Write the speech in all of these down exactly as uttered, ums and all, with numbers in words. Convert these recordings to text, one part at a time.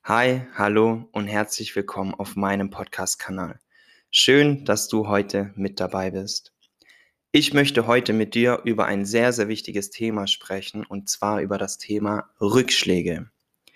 Hi, hallo und herzlich willkommen auf meinem Podcast-Kanal. Schön, dass du heute mit dabei bist. Ich möchte heute mit dir über ein sehr, sehr wichtiges Thema sprechen, und zwar über das Thema Rückschläge.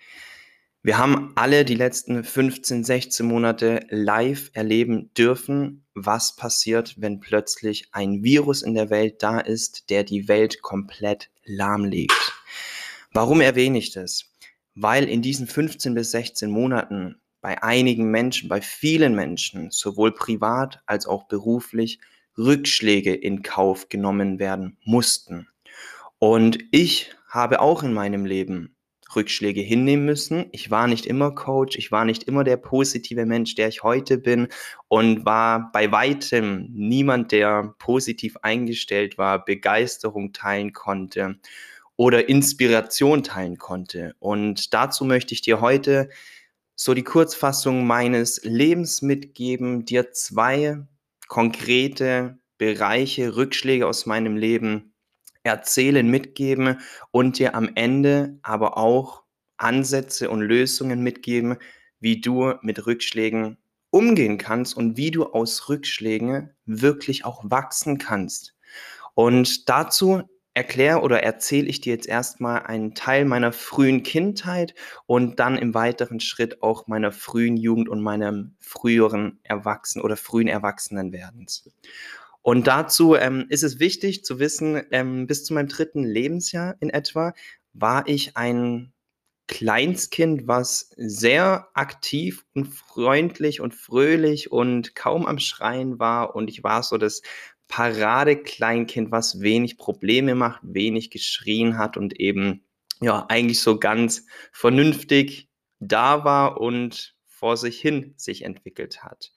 Wir haben alle die letzten fünfzehn, sechzehn Monate live erleben dürfen, was passiert, wenn plötzlich ein Virus in der Welt da ist, der die Welt komplett lahmlegt. Warum erwähne ich das? Weil in diesen fünfzehn bis sechzehn Monaten bei einigen Menschen, bei vielen Menschen, sowohl privat als auch beruflich, Rückschläge in Kauf genommen werden mussten. Und ich habe auch in meinem Leben Rückschläge hinnehmen müssen. Ich war nicht immer Coach, ich war nicht immer der positive Mensch, der ich heute bin, und war bei weitem niemand, der positiv eingestellt war, Begeisterung teilen konnte oder Inspiration teilen konnte. Und dazu möchte ich dir heute so die Kurzfassung meines Lebens mitgeben, dir zwei konkrete Bereiche, Rückschläge aus meinem Leben erzählen, mitgeben und dir am Ende aber auch Ansätze und Lösungen mitgeben, wie du mit Rückschlägen umgehen kannst und wie du aus Rückschlägen wirklich auch wachsen kannst. Und dazu erkläre oder erzähle ich dir jetzt erstmal einen Teil meiner frühen Kindheit und dann im weiteren Schritt auch meiner frühen Jugend und meinem früheren Erwachsenen oder frühen Erwachsenenwerdens. Und dazu ähm, ist es wichtig zu wissen, ähm, bis zu meinem dritten Lebensjahr in etwa war ich ein Kleinstkind, was sehr aktiv und freundlich und fröhlich und kaum am Schreien war. Und ich war so das Paradekleinkind, was wenig Probleme macht, wenig geschrien hat und eben ja eigentlich so ganz vernünftig da war und vor sich hin sich entwickelt hat.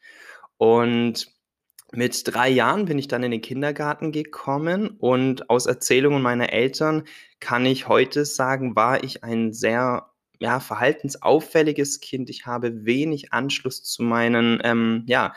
Und mit drei Jahren bin ich dann in den Kindergarten gekommen, und aus Erzählungen meiner Eltern kann ich heute sagen, war ich ein sehr, ja, verhaltensauffälliges Kind. Ich habe wenig Anschluss zu meinen, ähm, ja,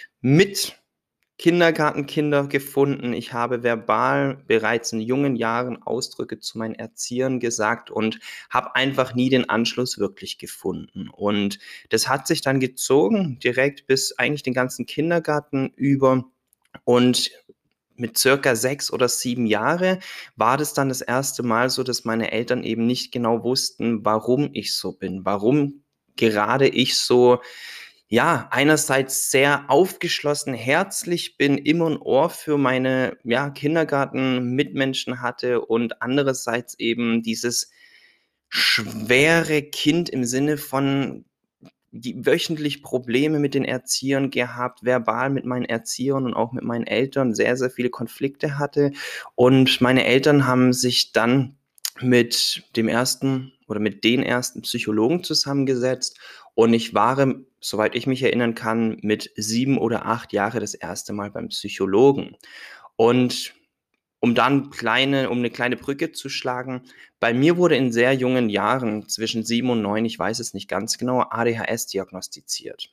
Mit-Kindergartenkinder gefunden. Ich habe verbal bereits in jungen Jahren Ausdrücke zu meinen Erziehern gesagt und habe einfach nie den Anschluss wirklich gefunden. Und das hat sich dann gezogen, direkt bis eigentlich den ganzen Kindergarten über. Und mit circa sechs oder sieben Jahre war das dann das erste Mal so, dass meine Eltern eben nicht genau wussten, warum ich so bin, warum gerade ich so, ja, einerseits sehr aufgeschlossen, herzlich bin, immer ein Ohr für meine, ja, Kindergarten-Mitmenschen hatte und andererseits eben dieses schwere Kind im Sinne von die wöchentlich Probleme mit den Erziehern gehabt, verbal mit meinen Erziehern und auch mit meinen Eltern sehr, sehr viele Konflikte hatte. Und meine Eltern haben sich dann mit dem ersten oder mit den ersten Psychologen zusammengesetzt, und ich war, soweit ich mich erinnern kann, mit sieben oder acht Jahre das erste Mal beim Psychologen. Und um dann kleine um eine kleine Brücke zu schlagen, bei mir wurde in sehr jungen Jahren, zwischen sieben und neun, ich weiß es nicht ganz genau, A D H S diagnostiziert.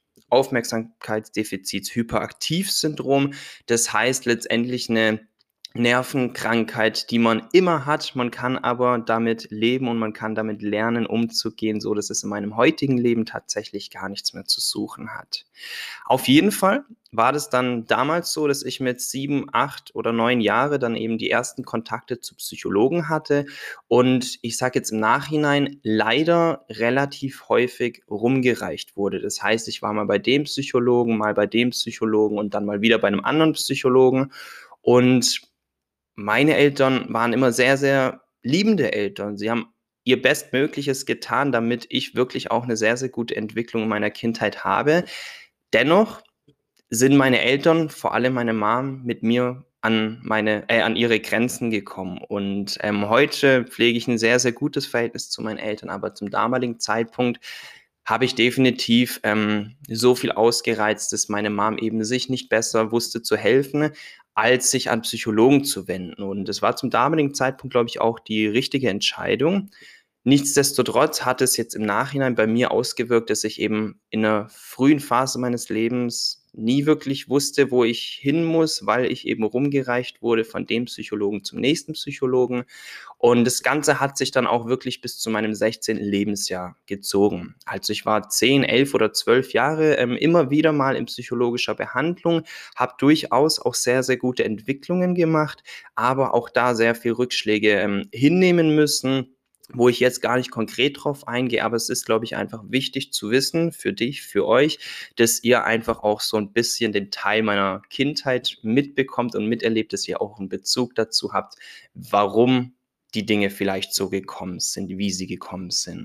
Aufmerksamkeitsdefizit-Hyperaktiv-Syndrom. Das heißt letztendlich eine Nervenkrankheit, die man immer hat. Man kann aber damit leben und man kann damit lernen, umzugehen, so dass es in meinem heutigen Leben tatsächlich gar nichts mehr zu suchen hat. Auf jeden Fall war das dann damals so, dass ich mit sieben, acht oder neun Jahre dann eben die ersten Kontakte zu Psychologen hatte und ich sage jetzt im Nachhinein leider relativ häufig rumgereicht wurde. Das heißt, ich war mal bei dem Psychologen, mal bei dem Psychologen und dann mal wieder bei einem anderen Psychologen, und meine Eltern waren immer sehr, sehr liebende Eltern. Sie haben ihr Bestmögliches getan, damit ich wirklich auch eine sehr, sehr gute Entwicklung in meiner Kindheit habe. Dennoch sind meine Eltern, vor allem meine Mom, mit mir an meine äh, an ihre Grenzen gekommen. Und, ähm, heute pflege ich ein sehr, sehr gutes Verhältnis zu meinen Eltern, aber zum damaligen Zeitpunkt habe ich definitiv, ähm, so viel ausgereizt, dass meine Mom eben sich nicht besser wusste zu helfen, als sich an Psychologen zu wenden. Und das war zum damaligen Zeitpunkt, glaube ich, auch die richtige Entscheidung. Nichtsdestotrotz hat es jetzt im Nachhinein bei mir ausgewirkt, dass ich eben in 'ner frühen Phase meines Lebens nie wirklich wusste, wo ich hin muss, weil ich eben rumgereicht wurde von dem Psychologen zum nächsten Psychologen. Und das Ganze hat sich dann auch wirklich bis zu meinem sechzehnten Lebensjahr gezogen. Also ich war zehn, elf oder zwölf Jahre ähm, immer wieder mal in psychologischer Behandlung, habe durchaus auch sehr, sehr gute Entwicklungen gemacht, aber auch da sehr viel Rückschläge ähm, hinnehmen müssen, wo ich jetzt gar nicht konkret drauf eingehe, aber es ist, glaube ich, einfach wichtig zu wissen für dich, für euch, dass ihr einfach auch so ein bisschen den Teil meiner Kindheit mitbekommt und miterlebt, dass ihr auch einen Bezug dazu habt, warum die Dinge vielleicht so gekommen sind, wie sie gekommen sind.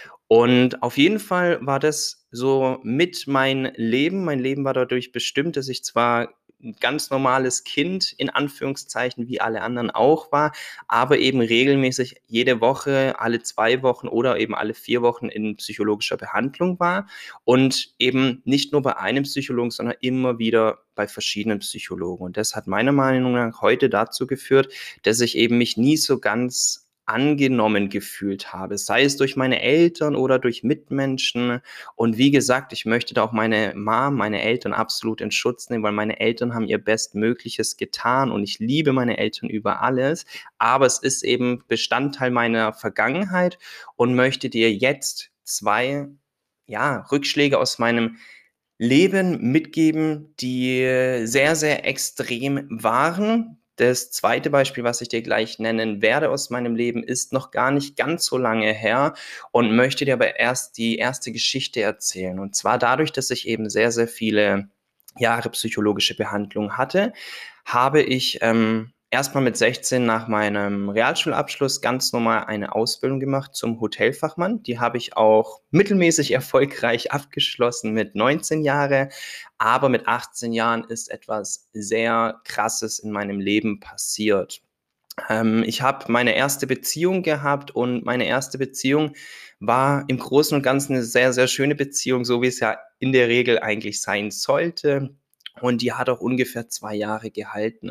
Und auf jeden Fall war das so mit mein Leben. Mein Leben war dadurch bestimmt, dass ich zwar 'n ganz normales Kind in Anführungszeichen wie alle anderen auch war, aber eben regelmäßig jede Woche, alle zwei Wochen oder eben alle vier Wochen in psychologischer Behandlung war und eben nicht nur bei einem Psychologen, sondern immer wieder bei verschiedenen Psychologen. Und das hat meiner Meinung nach heute dazu geführt, dass ich eben mich nie so ganz angenommen gefühlt habe, sei es durch meine Eltern oder durch Mitmenschen. Und wie gesagt, ich möchte da auch meine Mom, meine Eltern absolut in Schutz nehmen, weil meine Eltern haben ihr Bestmögliches getan und ich liebe meine Eltern über alles. Aber es ist eben Bestandteil meiner Vergangenheit und möchte dir jetzt zwei, ja, Rückschläge aus meinem Leben mitgeben, die sehr, sehr extrem waren. Das zweite Beispiel, was ich dir gleich nennen werde aus meinem Leben, ist noch gar nicht ganz so lange her und möchte dir aber erst die erste Geschichte erzählen. Und zwar dadurch, dass ich eben sehr, sehr viele Jahre psychologische Behandlung hatte, habe ich ähm, erstmal mit sechzehn nach meinem Realschulabschluss ganz normal eine Ausbildung gemacht zum Hotelfachmann. Die habe ich auch mittelmäßig erfolgreich abgeschlossen mit neunzehn Jahren. Aber mit achtzehn Jahren ist etwas sehr Krasses in meinem Leben passiert. Ähm, ich habe meine erste Beziehung gehabt und meine erste Beziehung war im Großen und Ganzen eine sehr, sehr schöne Beziehung, so wie es ja in der Regel eigentlich sein sollte. Und die hat auch ungefähr zwei Jahre gehalten.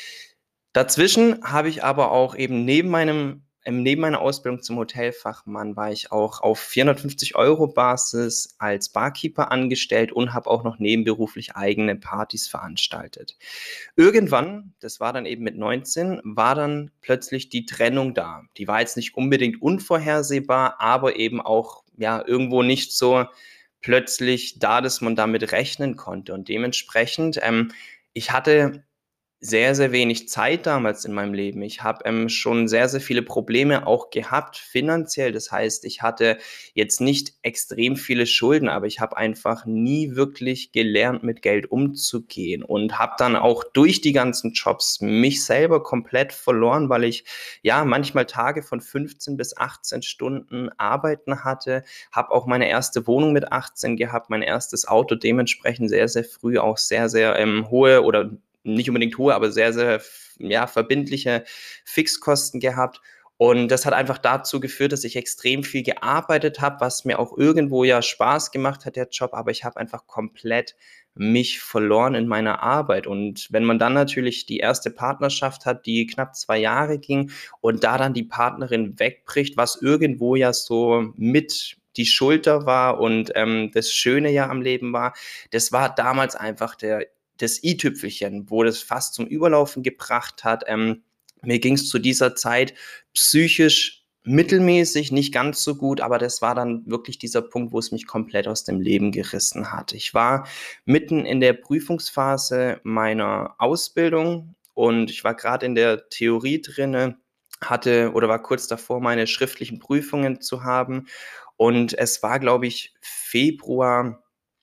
Dazwischen habe ich aber auch eben neben meinem ähm, neben meiner Ausbildung zum Hotelfachmann war ich auch auf vierhundertfünfzig Euro Basis als Barkeeper angestellt und habe auch noch nebenberuflich eigene Partys veranstaltet. Irgendwann, das war dann eben mit neunzehn, war dann plötzlich die Trennung da. Die war jetzt nicht unbedingt unvorhersehbar, aber eben auch, ja, irgendwo nicht so plötzlich da, dass man damit rechnen konnte. Und dementsprechend, ähm, ich hatte sehr, sehr wenig Zeit damals in meinem Leben. Ich habe, ähm, schon sehr, sehr viele Probleme auch gehabt finanziell. Das heißt, ich hatte jetzt nicht extrem viele Schulden, aber ich habe einfach nie wirklich gelernt, mit Geld umzugehen und habe dann auch durch die ganzen Jobs mich selber komplett verloren, weil ich, ja, manchmal Tage von fünfzehn bis achtzehn Stunden arbeiten hatte, habe auch meine erste Wohnung mit achtzehn gehabt, mein erstes Auto, dementsprechend sehr, sehr früh auch sehr, sehr, ähm, hohe oder nicht unbedingt hohe, aber sehr, sehr, ja, verbindliche Fixkosten gehabt. Und das hat einfach dazu geführt, dass ich extrem viel gearbeitet habe, was mir auch irgendwo ja Spaß gemacht hat, der Job, aber ich habe einfach komplett mich verloren in meiner Arbeit. Und wenn man dann natürlich die erste Partnerschaft hat, die knapp zwei Jahre ging und da dann die Partnerin wegbricht, was irgendwo ja so mit die Schulter war und ähm, das Schöne ja am Leben war, das war damals einfach der das i-Tüpfelchen, wo das fast zum Überlaufen gebracht hat. Ähm, mir ging es zu dieser Zeit psychisch mittelmäßig, nicht ganz so gut, aber das war dann wirklich dieser Punkt, wo es mich komplett aus dem Leben gerissen hat. Ich war mitten in der Prüfungsphase meiner Ausbildung und ich war gerade in der Theorie drinne, hatte oder war kurz davor, meine schriftlichen Prüfungen zu haben. Und es war, glaube ich, Februar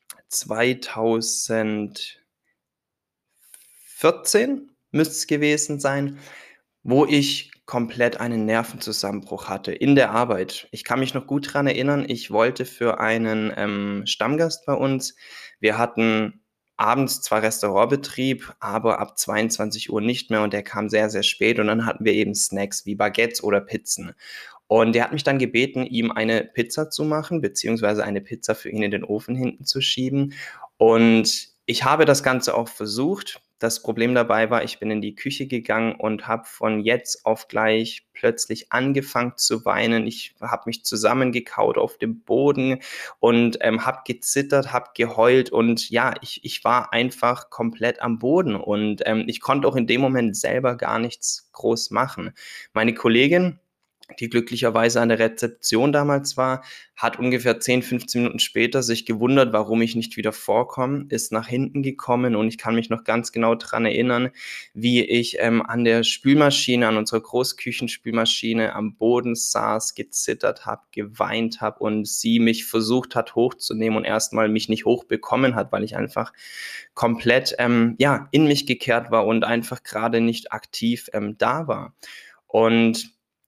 zweitausend vierzehn müsste es gewesen sein, wo ich komplett einen Nervenzusammenbruch hatte in der Arbeit. Ich kann mich noch gut dran erinnern, ich wollte für einen, ähm, Stammgast bei uns, wir hatten abends zwar Restaurantbetrieb, aber ab zweiundzwanzig Uhr nicht mehr und der kam sehr, sehr spät und dann hatten wir eben Snacks wie Baguettes oder Pizzen. Und der hat mich dann gebeten, ihm eine Pizza zu machen, beziehungsweise eine Pizza für ihn in den Ofen hinten zu schieben. Und ich habe das Ganze auch versucht. das Problem dabei war, ich bin in die Küche gegangen und habe von jetzt auf gleich plötzlich angefangen zu weinen. Ich habe mich zusammengekaut auf dem Boden und ähm, habe gezittert, habe geheult und ja, ich, ich war einfach komplett am Boden und ähm, ich konnte auch in dem Moment selber gar nichts groß machen. Meine Kollegin, die glücklicherweise an der Rezeption damals war, hat ungefähr zehn, fünfzehn Minuten später sich gewundert, warum ich nicht wieder vorkomme, ist nach hinten gekommen und ich kann mich noch ganz genau daran erinnern, wie ich ähm, an der Spülmaschine, an unserer Großküchenspülmaschine am Boden saß, gezittert habe, geweint habe und sie mich versucht hat hochzunehmen und erstmal mich nicht hochbekommen hat, weil ich einfach komplett ähm, ja, in mich gekehrt war und einfach gerade nicht aktiv ähm, da war. Und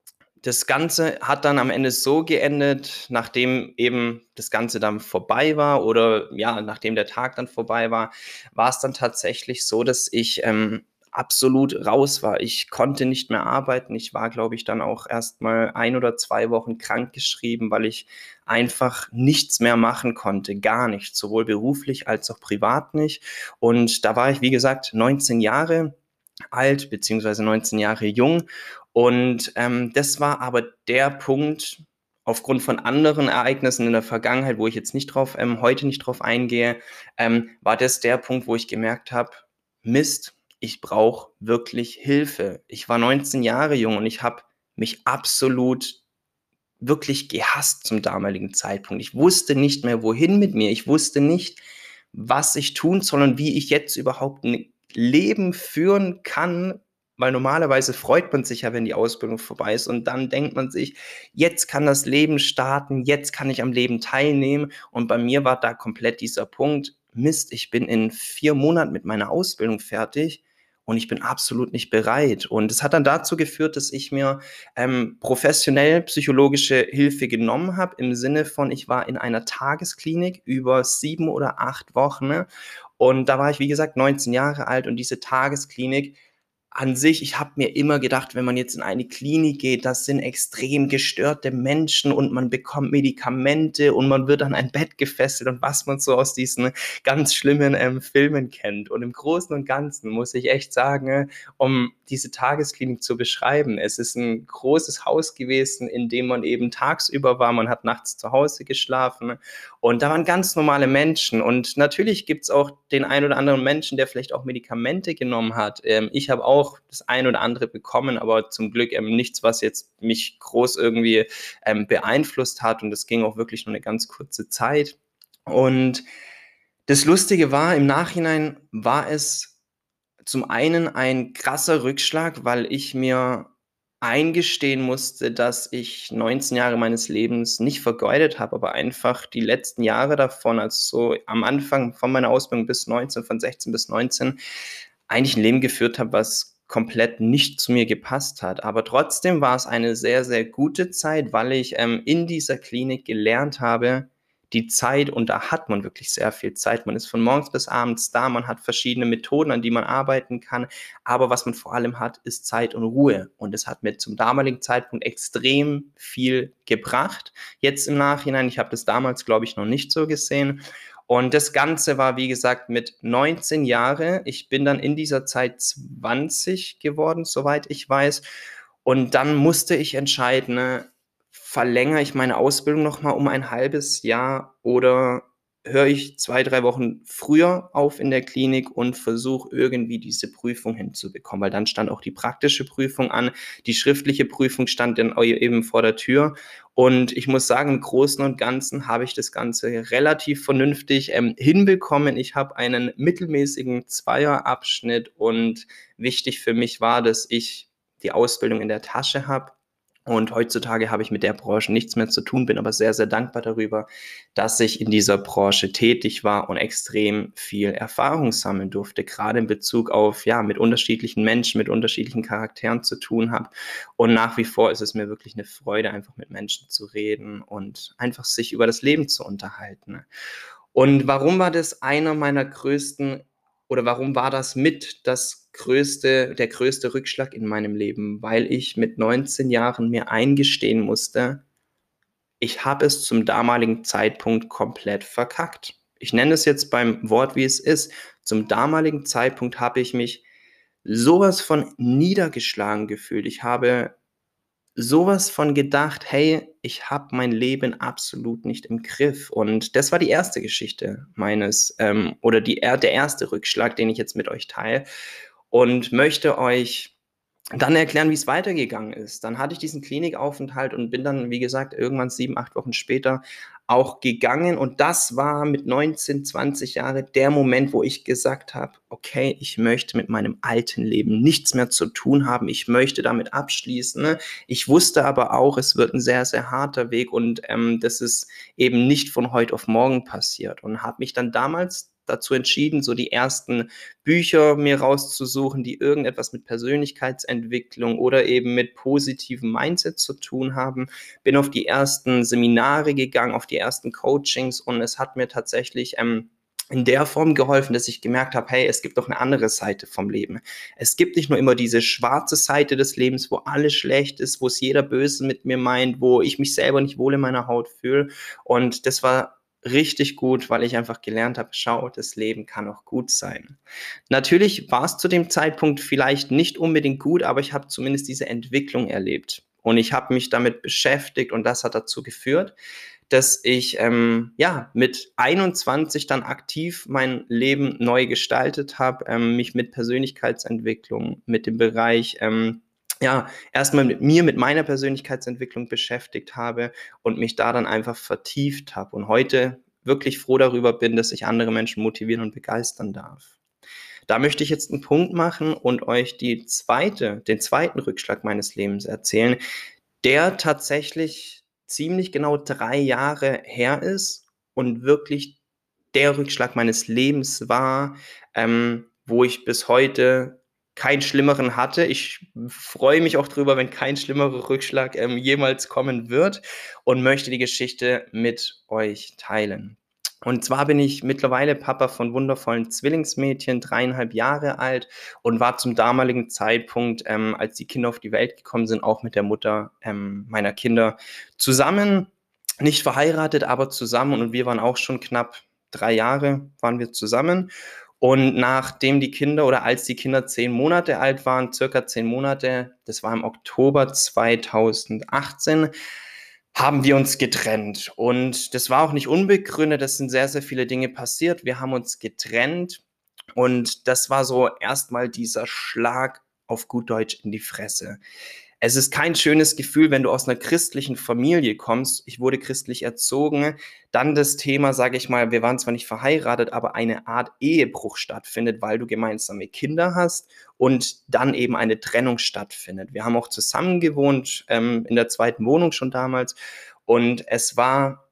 das Ganze hat dann am Ende so geendet, nachdem eben das Ganze dann vorbei war oder ja, nachdem der Tag dann vorbei war, war es dann tatsächlich so, dass ich ähm, absolut raus war. Ich konnte nicht mehr arbeiten. Ich war, glaube ich, dann auch erst mal ein oder zwei Wochen krankgeschrieben, weil ich einfach nichts mehr machen konnte, gar nichts, sowohl beruflich als auch privat nicht. Und da war ich, wie gesagt, neunzehn Jahre alt, beziehungsweise neunzehn Jahre jung. Und ähm, das war aber der Punkt, aufgrund von anderen Ereignissen in der Vergangenheit, wo ich jetzt nicht drauf, ähm, heute nicht drauf eingehe, ähm, war das der Punkt, wo ich gemerkt habe, Mist, ich brauche wirklich Hilfe. Ich war neunzehn Jahre jung und ich habe mich absolut wirklich gehasst zum damaligen Zeitpunkt. Ich wusste nicht mehr, wohin mit mir. Ich wusste nicht, was ich tun soll und wie ich jetzt überhaupt ein Leben führen kann, weil normalerweise freut man sich ja, wenn die Ausbildung vorbei ist und dann denkt man sich, jetzt kann das Leben starten, jetzt kann ich am Leben teilnehmen und bei mir war da komplett dieser Punkt, Mist, ich bin in vier Monaten mit meiner Ausbildung fertig und ich bin absolut nicht bereit. Und es hat dann dazu geführt, dass ich mir ähm, professionell psychologische Hilfe genommen habe, im Sinne von, ich war in einer Tagesklinik über sieben oder acht Wochen. Ne? Und da war ich, wie gesagt, neunzehn Jahre alt und diese Tagesklinik an sich, ich habe mir immer gedacht, wenn man jetzt in eine Klinik geht, das sind extrem gestörte Menschen und man bekommt Medikamente und man wird an ein Bett gefesselt und was man so aus diesen ganz schlimmen ähm, Filmen kennt. Und im Großen und Ganzen muss ich echt sagen, äh, um diese Tagesklinik zu beschreiben, es ist ein großes Haus gewesen, in dem man eben tagsüber war, man hat nachts zu Hause geschlafen und da waren ganz normale Menschen und natürlich gibt es auch den einen oder anderen Menschen, der vielleicht auch Medikamente genommen hat. Ähm, ich habe auch das ein oder andere bekommen, aber zum Glück ähm, nichts, was jetzt mich groß irgendwie ähm, beeinflusst hat und das ging auch wirklich nur eine ganz kurze Zeit. Und das Lustige war, im Nachhinein war es zum einen ein krasser Rückschlag, weil ich mir eingestehen musste, dass ich neunzehn Jahre meines Lebens nicht vergeudet habe, aber einfach die letzten Jahre davon, also so am Anfang von meiner Ausbildung bis neunzehn, von sechzehn bis neunzehn, eigentlich ein Leben geführt habe, was komplett nicht zu mir gepasst hat. Aber trotzdem war es eine sehr, sehr gute Zeit, weil ich ähm, in dieser Klinik gelernt habe, die Zeit, und da hat man wirklich sehr viel Zeit. Man ist von morgens bis abends da, man hat verschiedene Methoden, an die man arbeiten kann. Aber was man vor allem hat, ist Zeit und Ruhe. Und es hat mir zum damaligen Zeitpunkt extrem viel gebracht. Jetzt im Nachhinein, ich habe das damals, glaube ich, noch nicht so gesehen. Und das Ganze war, wie gesagt, mit neunzehn Jahren. Ich bin dann in dieser Zeit zwanzig geworden, soweit ich weiß. Und dann musste ich entscheiden, ne, verlängere ich meine Ausbildung nochmal um ein halbes Jahr oder höre ich zwei, drei Wochen früher auf in der Klinik und versuche irgendwie diese Prüfung hinzubekommen, weil dann stand auch die praktische Prüfung an, die schriftliche Prüfung stand dann eben vor der Tür und ich muss sagen, im Großen und Ganzen habe ich das Ganze relativ vernünftig ähm, hinbekommen. Ich habe einen mittelmäßigen Zweierabschnitt und wichtig für mich war, dass ich die Ausbildung in der Tasche habe. Und heutzutage habe ich mit der Branche nichts mehr zu tun, bin aber sehr, sehr dankbar darüber, dass ich in dieser Branche tätig war und extrem viel Erfahrung sammeln durfte, gerade in Bezug auf, ja, mit unterschiedlichen Menschen, mit unterschiedlichen Charakteren zu tun habe. Und nach wie vor ist es mir wirklich eine Freude, einfach mit Menschen zu reden und einfach sich über das Leben zu unterhalten. Und warum war das einer meiner größten oder warum war das mit das größte, der größte Rückschlag in meinem Leben? Weil ich mit neunzehn Jahren mir eingestehen musste, ich habe es zum damaligen Zeitpunkt komplett verkackt. Ich nenne es jetzt beim Wort, wie es ist. Zum damaligen Zeitpunkt habe ich mich sowas von niedergeschlagen gefühlt. Ich habe sowas von gedacht: „Hey, ich habe mein Leben absolut nicht im Griff.“ Und das war die erste Geschichte meines ähm, oder die er der erste Rückschlag, den ich jetzt mit euch teile und möchte euch dann erklären, wie es weitergegangen ist. Dann hatte ich diesen Klinikaufenthalt und bin dann, wie gesagt, irgendwann sieben, acht Wochen später auch gegangen. Und das war mit neunzehn, zwanzig Jahre der Moment, wo ich gesagt habe: „Okay, ich möchte mit meinem alten Leben nichts mehr zu tun haben. Ich möchte damit abschließen“, ne? Ich wusste aber auch, es wird ein sehr, sehr harter Weg und, ähm, das ist eben nicht von heute auf morgen passiert und habe mich dann damals dazu entschieden, so die ersten Bücher mir rauszusuchen, die irgendetwas mit Persönlichkeitsentwicklung oder eben mit positivem Mindset zu tun haben. Bin auf die ersten Seminare gegangen, auf die ersten Coachings und es hat mir tatsächlich ähm, in der Form geholfen, dass ich gemerkt habe, hey, es gibt doch eine andere Seite vom Leben. Es gibt nicht nur immer diese schwarze Seite des Lebens, wo alles schlecht ist, wo es jeder böse mit mir meint, wo ich mich selber nicht wohl in meiner Haut fühle. Und das war richtig gut, weil ich einfach gelernt habe, schau, das Leben kann auch gut sein. Natürlich war es zu dem Zeitpunkt vielleicht nicht unbedingt gut, aber ich habe zumindest diese Entwicklung erlebt. Und ich habe mich damit beschäftigt und das hat dazu geführt, dass ich ähm, ja mit einundzwanzig dann aktiv mein Leben neu gestaltet habe, ähm, mich mit Persönlichkeitsentwicklung, mit dem Bereich ähm, ja, erstmal mit mir, mit meiner Persönlichkeitsentwicklung beschäftigt habe und mich da dann einfach vertieft habe und heute wirklich froh darüber bin, dass ich andere Menschen motivieren und begeistern darf. Da möchte ich jetzt einen Punkt machen und euch die zweite, den zweiten Rückschlag meines Lebens erzählen, der tatsächlich ziemlich genau drei Jahre her ist und wirklich der Rückschlag meines Lebens war, ähm, wo ich bis heute keinen schlimmeren hatte. Ich freue mich auch drüber, wenn kein schlimmerer Rückschlag ähm, jemals kommen wird und möchte die Geschichte mit euch teilen. Und zwar bin ich mittlerweile Papa von wundervollen Zwillingsmädchen, dreieinhalb Jahre alt und war zum damaligen Zeitpunkt, ähm, als die Kinder auf die Welt gekommen sind, auch mit der Mutter ähm, meiner Kinder zusammen. Nicht verheiratet, aber zusammen und wir waren auch schon knapp drei Jahre waren wir zusammen. Und nachdem die Kinder oder als die Kinder zehn Monate alt waren, circa zehn Monate, das war im Oktober zweitausendachtzehn, haben wir uns getrennt. Und das war auch nicht unbegründet, es sind sehr, sehr viele Dinge passiert. Wir haben uns getrennt und das war so erstmal dieser Schlag auf gut Deutsch in die Fresse. Es ist kein schönes Gefühl, wenn du aus einer christlichen Familie kommst. Ich wurde christlich erzogen. Dann das Thema, sage ich mal, wir waren zwar nicht verheiratet, aber eine Art Ehebruch stattfindet, weil du gemeinsame Kinder hast und dann eben eine Trennung stattfindet. Wir haben auch zusammen gewohnt, ähm, in der zweiten Wohnung schon damals. Und es war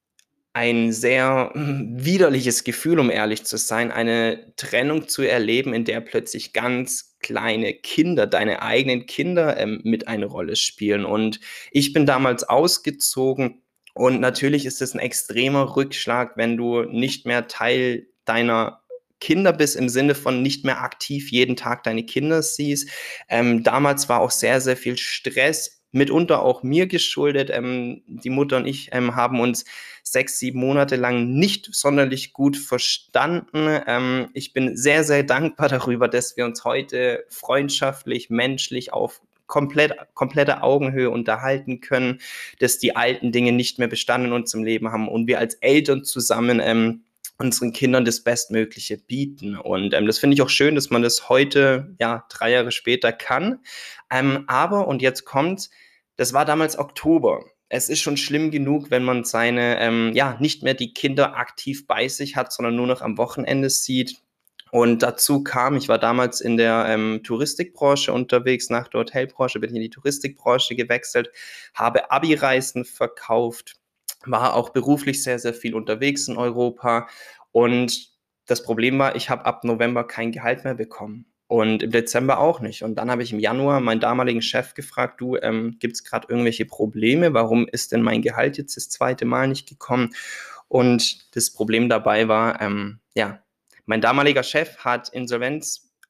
ein sehr mm, widerliches Gefühl, um ehrlich zu sein, eine Trennung zu erleben, in der plötzlich ganz kleine Kinder, deine eigenen Kinder, ähm, mit eine Rolle spielen. Und ich bin damals ausgezogen und natürlich ist es ein extremer Rückschlag, wenn du nicht mehr Teil deiner Kinder bist, im Sinne von nicht mehr aktiv jeden Tag deine Kinder siehst. Ähm, damals war auch sehr, sehr viel Stress, mitunter auch mir geschuldet. Ähm, die Mutter und ich ähm, haben uns sechs, sieben Monate lang nicht sonderlich gut verstanden. Ähm, ich bin sehr, sehr dankbar darüber, dass wir uns heute freundschaftlich, menschlich auf komplett, komplette Augenhöhe unterhalten können, dass die alten Dinge nicht mehr Bestand in unserem Leben haben und wir als Eltern zusammen ähm, unseren Kindern das Bestmögliche bieten. Und ähm, das finde ich auch schön, dass man das heute, ja, drei Jahre später kann. Ähm, aber, und jetzt kommt, das war damals Oktober. Es ist schon schlimm genug, wenn man seine, ähm, ja, nicht mehr die Kinder aktiv bei sich hat, sondern nur noch am Wochenende sieht. Und dazu kam, ich war damals in der ähm, Touristikbranche unterwegs, nach der Hotelbranche bin ich in die Touristikbranche gewechselt, habe Abi-Reisen verkauft, war auch beruflich sehr, sehr viel unterwegs in Europa. Und das Problem war, ich habe ab November kein Gehalt mehr bekommen. Und im Dezember auch nicht. Und dann habe ich im Januar meinen damaligen Chef gefragt, du, ähm, gibt es gerade irgendwelche Probleme? Warum ist denn mein Gehalt jetzt das zweite Mal nicht gekommen? Und das Problem dabei war, ähm, ja, mein damaliger Chef hat Insolvenz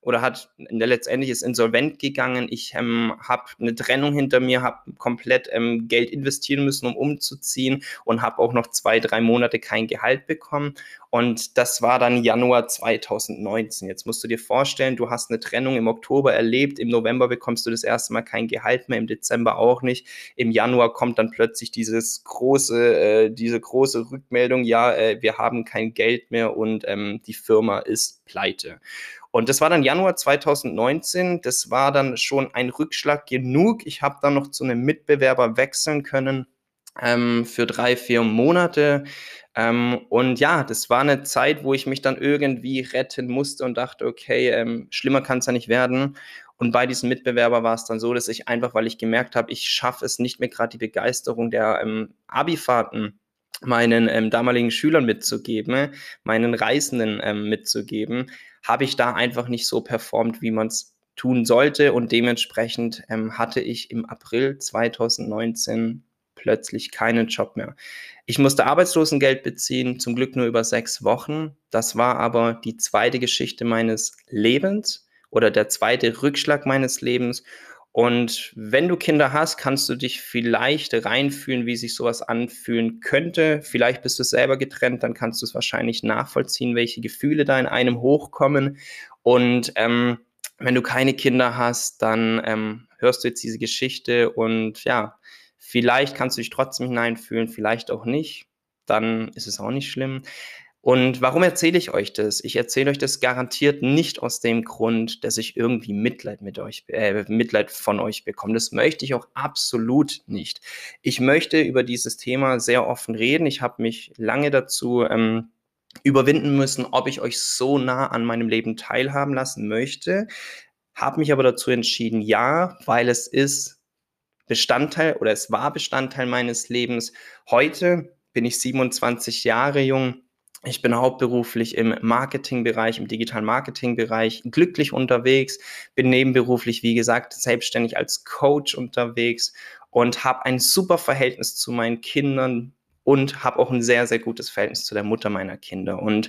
oder hat letztendlich ist insolvent gegangen. Ich ähm, habe eine Trennung hinter mir, habe komplett ähm, Geld investieren müssen, um umzuziehen und habe auch noch zwei, drei Monate kein Gehalt bekommen. Und das war dann Januar zweitausendneunzehn. Jetzt musst du dir vorstellen, du hast eine Trennung im Oktober erlebt, im November bekommst du das erste Mal kein Gehalt mehr, im Dezember auch nicht. Im Januar kommt dann plötzlich dieses große, äh, diese große Rückmeldung, ja, äh, wir haben kein Geld mehr und ähm, die Firma ist pleite. Und das war dann Januar zweitausendneunzehn. Das war dann schon ein Rückschlag genug. Ich habe dann noch zu einem Mitbewerber wechseln können ähm, für drei, vier Monate. Ähm, und ja, das war eine Zeit, wo ich mich dann irgendwie retten musste und dachte, okay, ähm, schlimmer kann es ja nicht werden. Und bei diesem Mitbewerber war es dann so, dass ich einfach, weil ich gemerkt habe, ich schaffe es nicht mehr, gerade die Begeisterung der ähm, Abifahrten meinen ähm, damaligen Schülern mitzugeben, meinen Reisenden ähm, mitzugeben, habe ich da einfach nicht so performt, wie man es tun sollte. Und dementsprechend ähm, hatte ich im April zweitausendneunzehn plötzlich keinen Job mehr. Ich musste Arbeitslosengeld beziehen, zum Glück nur über sechs Wochen. Das war aber die zweite Geschichte meines Lebens oder der zweite Rückschlag meines Lebens. Und wenn du Kinder hast, kannst du dich vielleicht reinfühlen, wie sich sowas anfühlen könnte. Vielleicht bist du selber getrennt, dann kannst du es wahrscheinlich nachvollziehen, welche Gefühle da in einem hochkommen. Und ähm, wenn du keine Kinder hast, dann ähm, hörst du jetzt diese Geschichte und ja, vielleicht kannst du dich trotzdem hineinfühlen, vielleicht auch nicht. Dann ist es auch nicht schlimm. Und warum erzähle ich euch das? Ich erzähle euch das garantiert nicht aus dem Grund, dass ich irgendwie Mitleid mit euch, äh, Mitleid von euch bekomme. Das möchte ich auch absolut nicht. Ich möchte über dieses Thema sehr offen reden. Ich habe mich lange dazu ähm, überwinden müssen, ob ich euch so nah an meinem Leben teilhaben lassen möchte. Habe mich aber dazu entschieden, ja, weil es ist Bestandteil oder es war Bestandteil meines Lebens. Heute bin ich siebenundzwanzig Jahre jung. Ich bin hauptberuflich im Marketingbereich, im digitalen Marketingbereich glücklich unterwegs, bin nebenberuflich, wie gesagt, selbstständig als Coach unterwegs und habe ein super Verhältnis zu meinen Kindern und habe auch ein sehr, sehr gutes Verhältnis zu der Mutter meiner Kinder. Und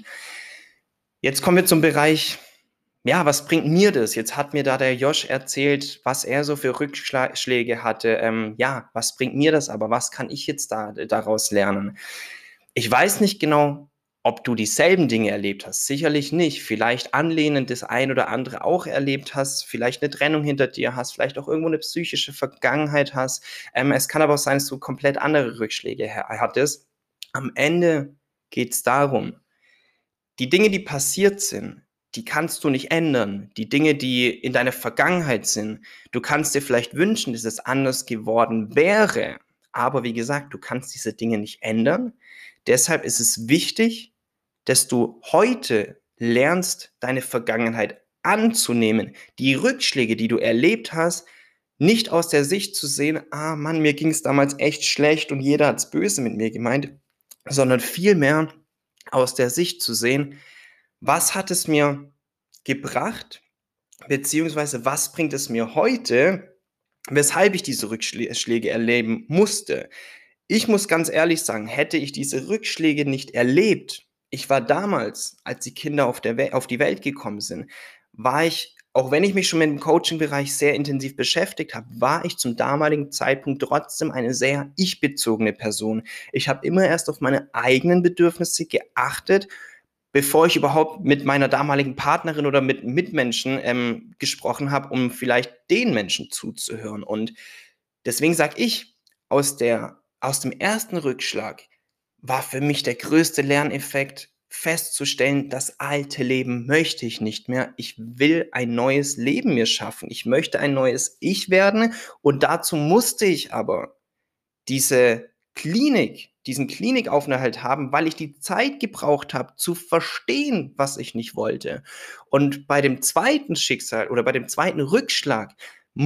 jetzt kommen wir zum Bereich, ja, was bringt mir das? Jetzt hat mir da der Josh erzählt, was er so für Rückschläge hatte. Ähm, ja, was bringt mir das aber? Was kann ich jetzt da, daraus lernen? Ich weiß nicht genau, ob du dieselben Dinge erlebt hast. Sicherlich nicht. Vielleicht anlehnend das ein oder andere auch erlebt hast. Vielleicht eine Trennung hinter dir hast. Vielleicht auch irgendwo eine psychische Vergangenheit hast. Ähm, es kann aber auch sein, dass du komplett andere Rückschläge hattest. Am Ende geht es darum, die Dinge, die passiert sind, die kannst du nicht ändern. Die Dinge, die in deiner Vergangenheit sind, du kannst dir vielleicht wünschen, dass es anders geworden wäre. Aber wie gesagt, du kannst diese Dinge nicht ändern. Deshalb ist es wichtig, dass du heute lernst, deine Vergangenheit anzunehmen. Die Rückschläge, die du erlebt hast, nicht aus der Sicht zu sehen, ah Mann, mir ging es damals echt schlecht und jeder hat es böse mit mir gemeint, sondern vielmehr aus der Sicht zu sehen, was hat es mir gebracht, beziehungsweise was bringt es mir heute, weshalb ich diese Rückschläge erleben musste. Ich muss ganz ehrlich sagen, hätte ich diese Rückschläge nicht erlebt, ich war damals, als die Kinder auf, der We- auf die Welt gekommen sind, war ich, auch wenn ich mich schon mit dem Coaching-Bereich sehr intensiv beschäftigt habe, war ich zum damaligen Zeitpunkt trotzdem eine sehr ich-bezogene Person. Ich habe immer erst auf meine eigenen Bedürfnisse geachtet, bevor ich überhaupt mit meiner damaligen Partnerin oder mit Mitmenschen ähm, gesprochen habe, um vielleicht den Menschen zuzuhören. Und deswegen sage ich, aus, der, aus dem ersten Rückschlag war für mich der größte Lerneffekt festzustellen, das alte Leben möchte ich nicht mehr. Ich will ein neues Leben mir schaffen. Ich möchte ein neues Ich werden. Und dazu musste ich aber diese Klinik, diesen Klinikaufenthalt haben, weil ich die Zeit gebraucht habe, zu verstehen, was ich nicht wollte. Und bei dem zweiten Schicksal oder bei dem zweiten Rückschlag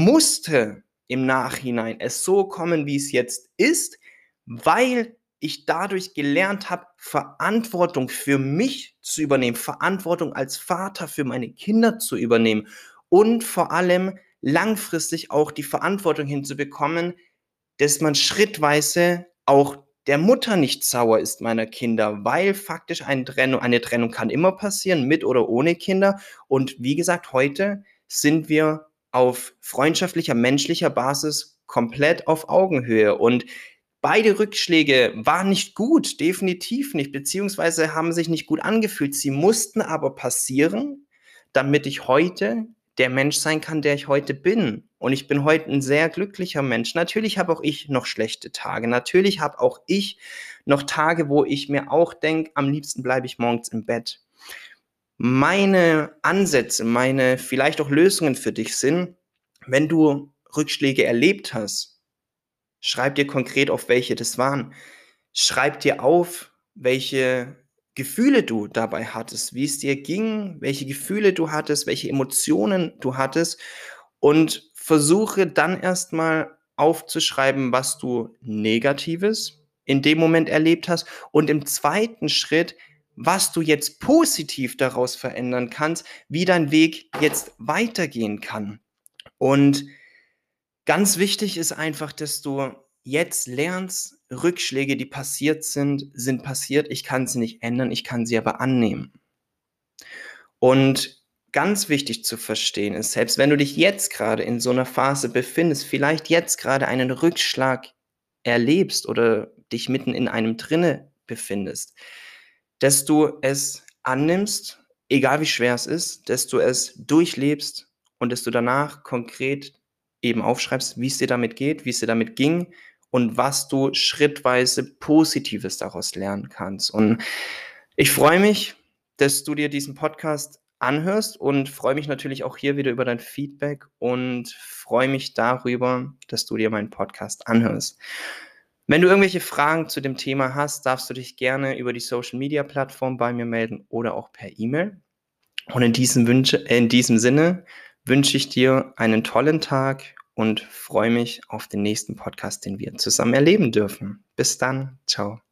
musste im Nachhinein es so kommen, wie es jetzt ist, weil ich dadurch gelernt habe, Verantwortung für mich zu übernehmen, Verantwortung als Vater für meine Kinder zu übernehmen und vor allem langfristig auch die Verantwortung hinzubekommen, dass man schrittweise auch der Mutter nicht sauer ist meiner Kinder, weil faktisch eine Trennung, eine Trennung kann immer passieren, mit oder ohne Kinder. Und wie gesagt, heute sind wir auf freundschaftlicher, menschlicher Basis komplett auf Augenhöhe. Und beide Rückschläge waren nicht gut, definitiv nicht, beziehungsweise haben sich nicht gut angefühlt. Sie mussten aber passieren, damit ich heute der Mensch sein kann, der ich heute bin. Und ich bin heute ein sehr glücklicher Mensch. Natürlich habe auch ich noch schlechte Tage. Natürlich habe auch ich noch Tage, wo ich mir auch denke, am liebsten bleibe ich morgens im Bett. Meine Ansätze, meine vielleicht auch Lösungen für dich sind, wenn du Rückschläge erlebt hast, schreib dir konkret auf, welche das waren. Schreib dir auf, welche Gefühle du dabei hattest, wie es dir ging, welche Gefühle du hattest, welche Emotionen du hattest und versuche dann erstmal aufzuschreiben, was du Negatives in dem Moment erlebt hast und im zweiten Schritt, was du jetzt positiv daraus verändern kannst, wie dein Weg jetzt weitergehen kann. Und ganz wichtig ist einfach, dass du jetzt lernst, Rückschläge, die passiert sind, sind passiert. Ich kann sie nicht ändern, ich kann sie aber annehmen. Und ganz wichtig zu verstehen ist, selbst wenn du dich jetzt gerade in so einer Phase befindest, vielleicht jetzt gerade einen Rückschlag erlebst oder dich mitten in einem drinne befindest, dass du es annimmst, egal wie schwer es ist, dass du es durchlebst und dass du danach konkret eben aufschreibst, wie es dir damit geht, wie es dir damit ging und was du schrittweise Positives daraus lernen kannst. Und ich freue mich, dass du dir diesen Podcast anhörst und freue mich natürlich auch hier wieder über dein Feedback und freue mich darüber, dass du dir meinen Podcast anhörst. Wenn du irgendwelche Fragen zu dem Thema hast, darfst du dich gerne über die Social-Media-Plattform bei mir melden oder auch per E-Mail. Und in diesem, Wünsche, in diesem Sinne wünsche ich dir einen tollen Tag und freue mich auf den nächsten Podcast, den wir zusammen erleben dürfen. Bis dann, ciao.